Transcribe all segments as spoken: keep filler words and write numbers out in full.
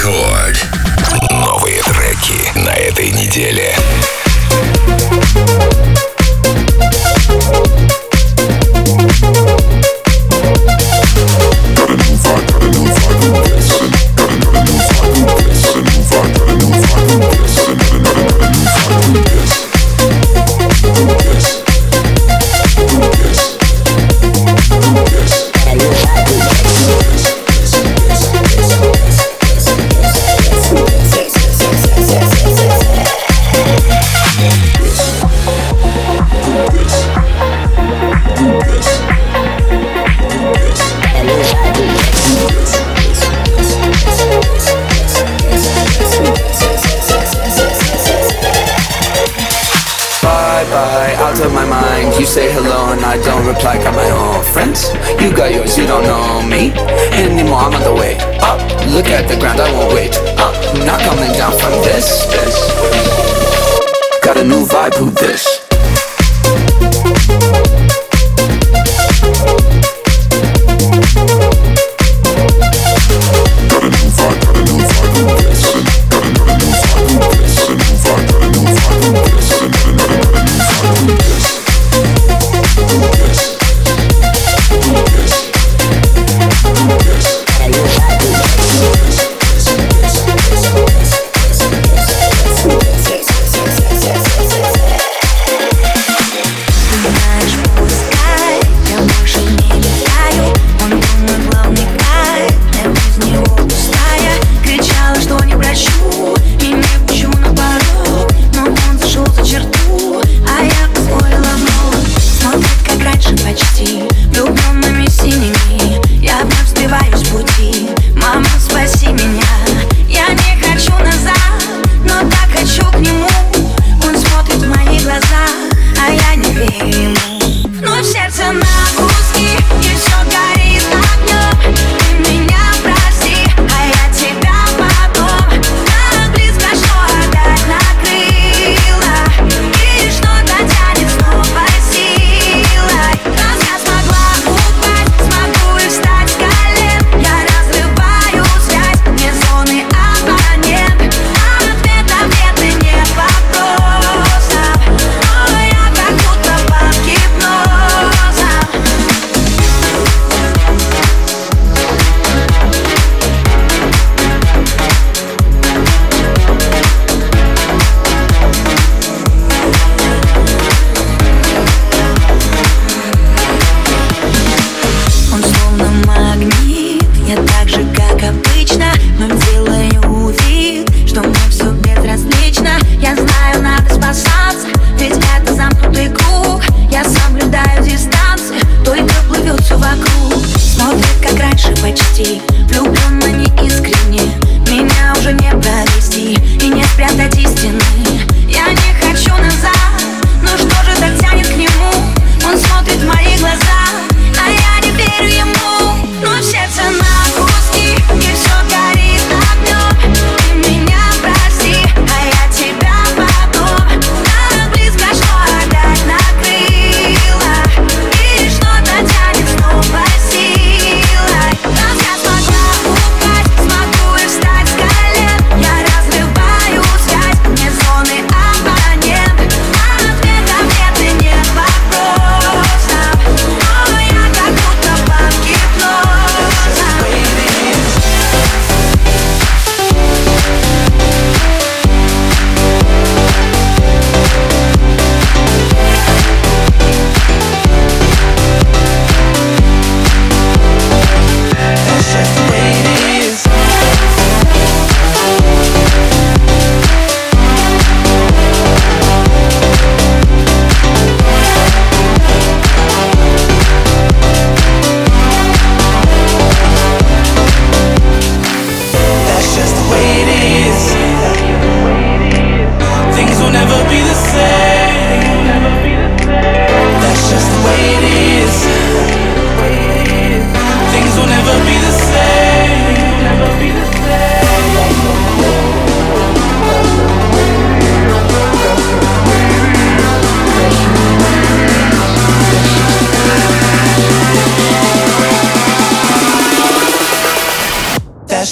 Рекорд. Новые треки на этой неделе. You say hello and I don't reply, got my own friends. You got yours, you don't know me anymore, I'm on the way up. Look at the ground, I won't wait up. I'm not coming down from this, this. Got a new vibe, who this?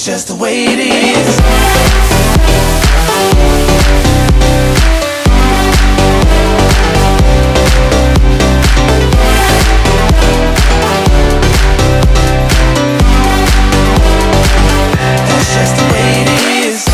That's just the way it is. That's just the way it is.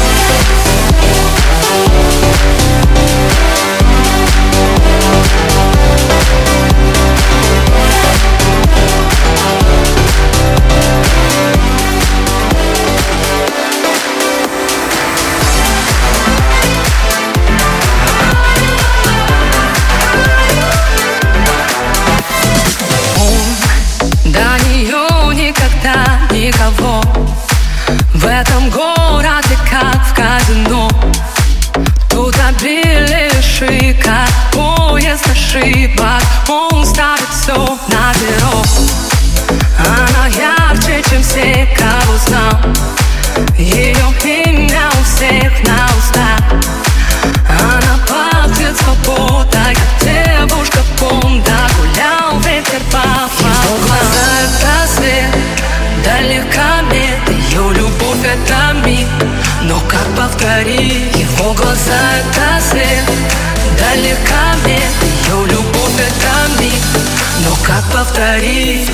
Никого в этом городе, как в казино. Тут обилие шика, поезд ошибок. Он ставит все на перо. Она ярче, чем все, кого знал. Ее имя у всех на устах. Она пахнет свободой, как девушка Бонда. Гулял ветер по волнам. Глаза — это свет, далека нет. Ее любовь — это миг, но как повторить? Его глаза — это свет, далека нет. Ее любовь — это миг, но как повторить?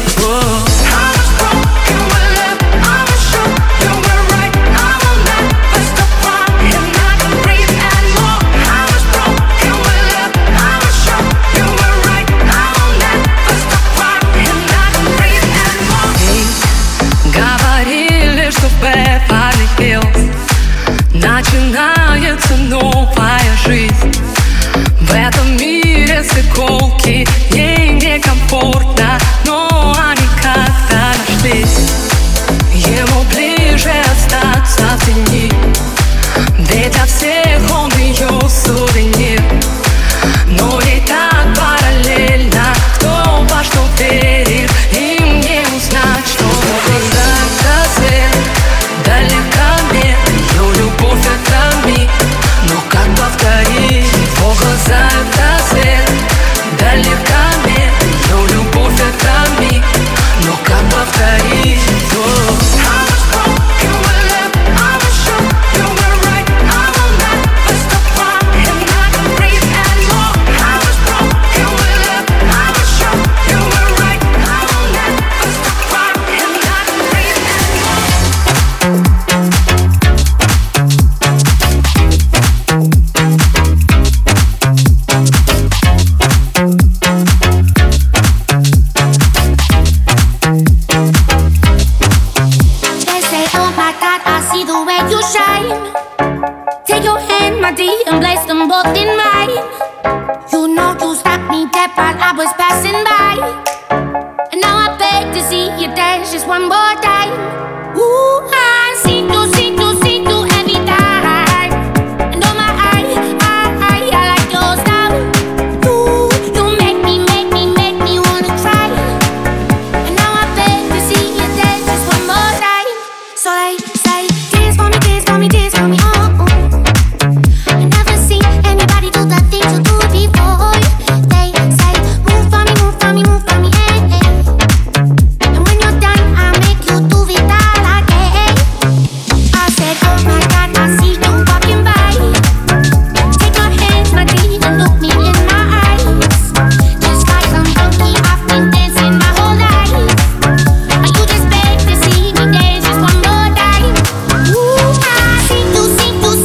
Начинается новая жизнь. В этом мире с иголки ей некомфортно, но они как-то нашлись. Ему ближе остаться в тени, ведь для всех он ее сувенир. Но ей так параллельно, кто во что верит, им не узнать, что глаза — это свет, далека нет. Ее любовь — это миг, но как повторить? Его глаза — это свет, далека нет. Ее любовь — это миг, но как повторить? And place them both in mine. You know you stopped me dead while I was passing by. And now I beg to see you dance just one more time. Ooh, I see you, see you, see you every time. And oh my, I, I, I, I like your style. Ooh, you make me, make me, make me wanna try. And now I beg to see you dance just one more time. So they say, dance for me, dance for me, dance for me, oh. See you, see you,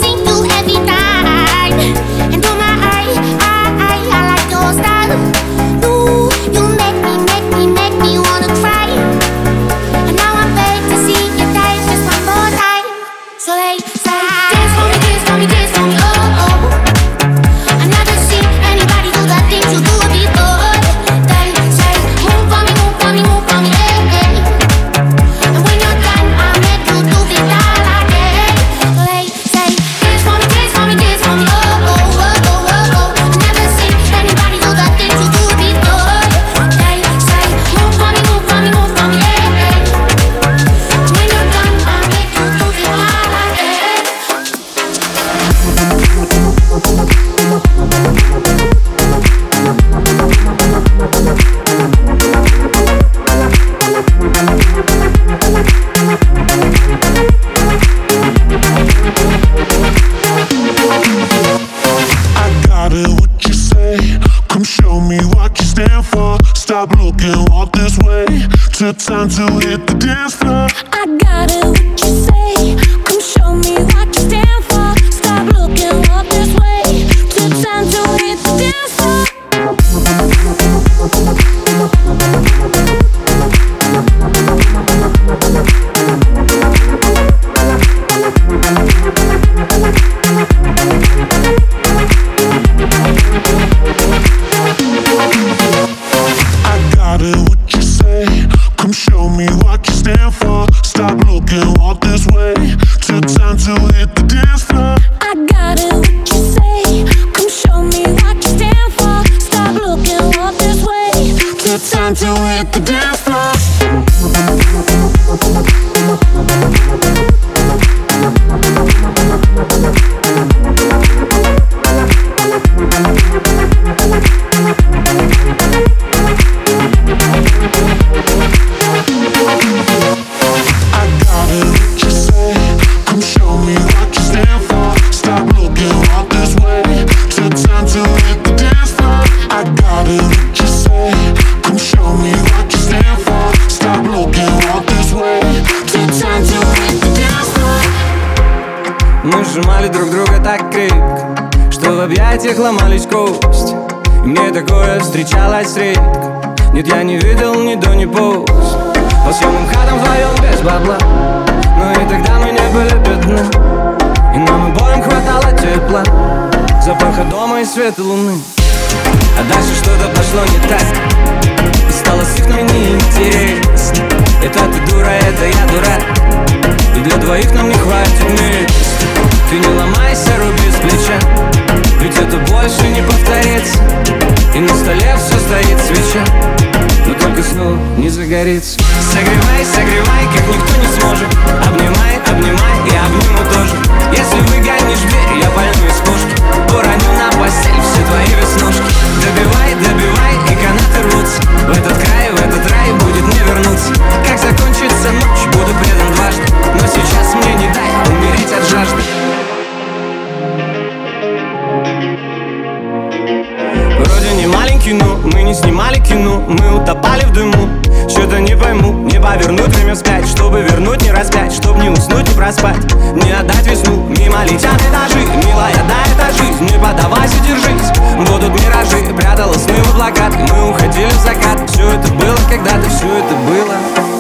time to hit the dance floor. I got it, what you say? Come show me what you stand for. Stop looking up this way. Took time to hit the dance floor. I got it, what you say? Come show me what you stand for. Stop looking, walk this way. Took time to hit the dance floor. I got it, what you say? Come show me what you stand for. Stop looking, walk this way. Took time to hit the dance floor. Мы сжимали друг друга так крепко, что в объятиях ломались кости. И мне такое встречалось редко. Нет, я не видел ни до, ни после. По съемным хатам вдвоем без бабла, но и тогда мы не были бедны. И нам обоим хватало тепла, запаха дома и света луны. А дальше что-то пошло не так, и стало сыхно неинтересно. Это ты дура, это я дурак, и для двоих нам не хватит места. Ты не ломайся, руби с плеча, ведь это больше не повторится. И на столе все стоит свеча, но только снова не загорится. Согревай, согревай, как никто не сможет. Обнимай, обнимай, я обниму тоже. Если выгонишь дверь, я пальну из пушки. Уроню на постель все твои веснушки. Добивай, добивай, и канаты рвутся. В этот край, в этот рай будет не вернуться. Как закончится ночь, буду предан дважды, но сейчас мне не дай умереть от жажды. Вроде не маленький, но мы не снимали кино. Мы утопали в дыму, что-то не пойму. Не повернуть время вспять, чтобы вернуть не распять, чтоб не уснуть и проспать, не отдать весну. Мимо летят этажи, милая, да, это жизнь. Не поддавайся, держись, будут миражи. Прятала сны в облаках, мы уходили в закат. Все это было когда-то, все это было.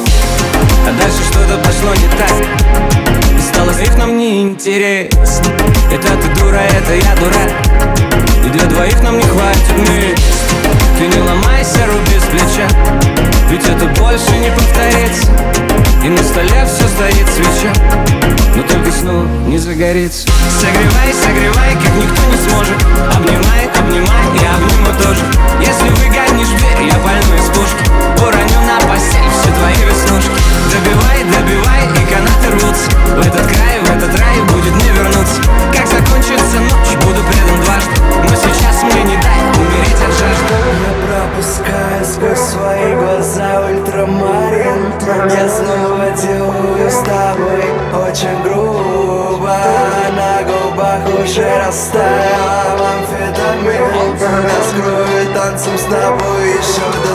А дальше что-то пошло не так, и стало их нам неинтересно. Это ты дура, это я дурак, и для двоих нам не хватит места. Ты не ломайся, руби с плеча, ведь это больше не повторится. И на столе все стоит свеча, но только снова не загорится. Согревай, согревай, как никто не сможет. Обнимай, обнимай, я обниму тоже. Если выгонишь дверь, я пальну из пушки. Уроню на постель все твои веснушки. Добивай, добивай, и канаты рвутся. В этот край, в этот рай будет не вернуться. Как закончится ночь, буду предан дважды, но сейчас мне не дай умереть от жажды. Я пропускаю сквозь свои глаза ультрамарин. Я снова делаю с тобой очень грубо. На губах уже растаял амфетамин. Я скрою танцем с тобой еще до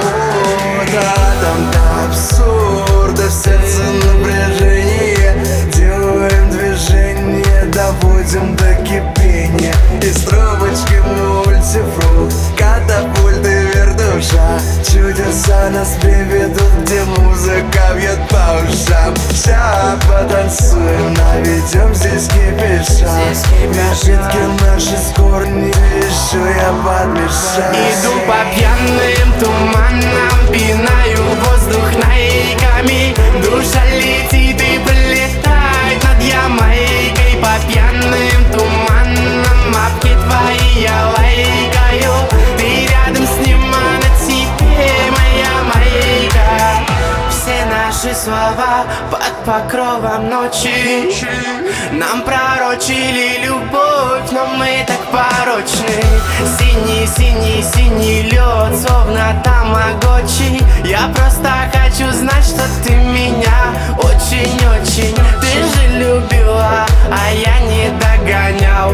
замута. Там до абсурда, в сердце напряжение. Делаем движение, доводим до кипения. Из трубочки мультифрукт, катапульты вертуша. Чудеса нас приведут, где музыка бьет по ушам. Ща потанцуем, наведем здесь кипиша. Напитки наши скоро не решу, я подмешаю. Иду по пьяным туманам, пинаю воздух наиками. Душа летит и пролетает над Ямайкой. По пьяным туманам апки твои я лайкаю. Ты рядом с ним, а на тебе моя майка. Все наши слова под покровом ночи нам пророчили любовь, но мы так порочны. Синий, синий, синий лед, словно тамагочи. Я просто хочу знать, что ты меня очень-очень. Ты же любила, а я не догонял.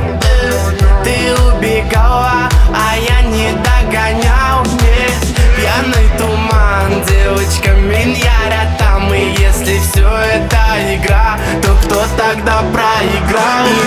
Ты убегала, а я не догонял. Нет, пьяный туман, девочка меня игра, то кто тогда проиграл?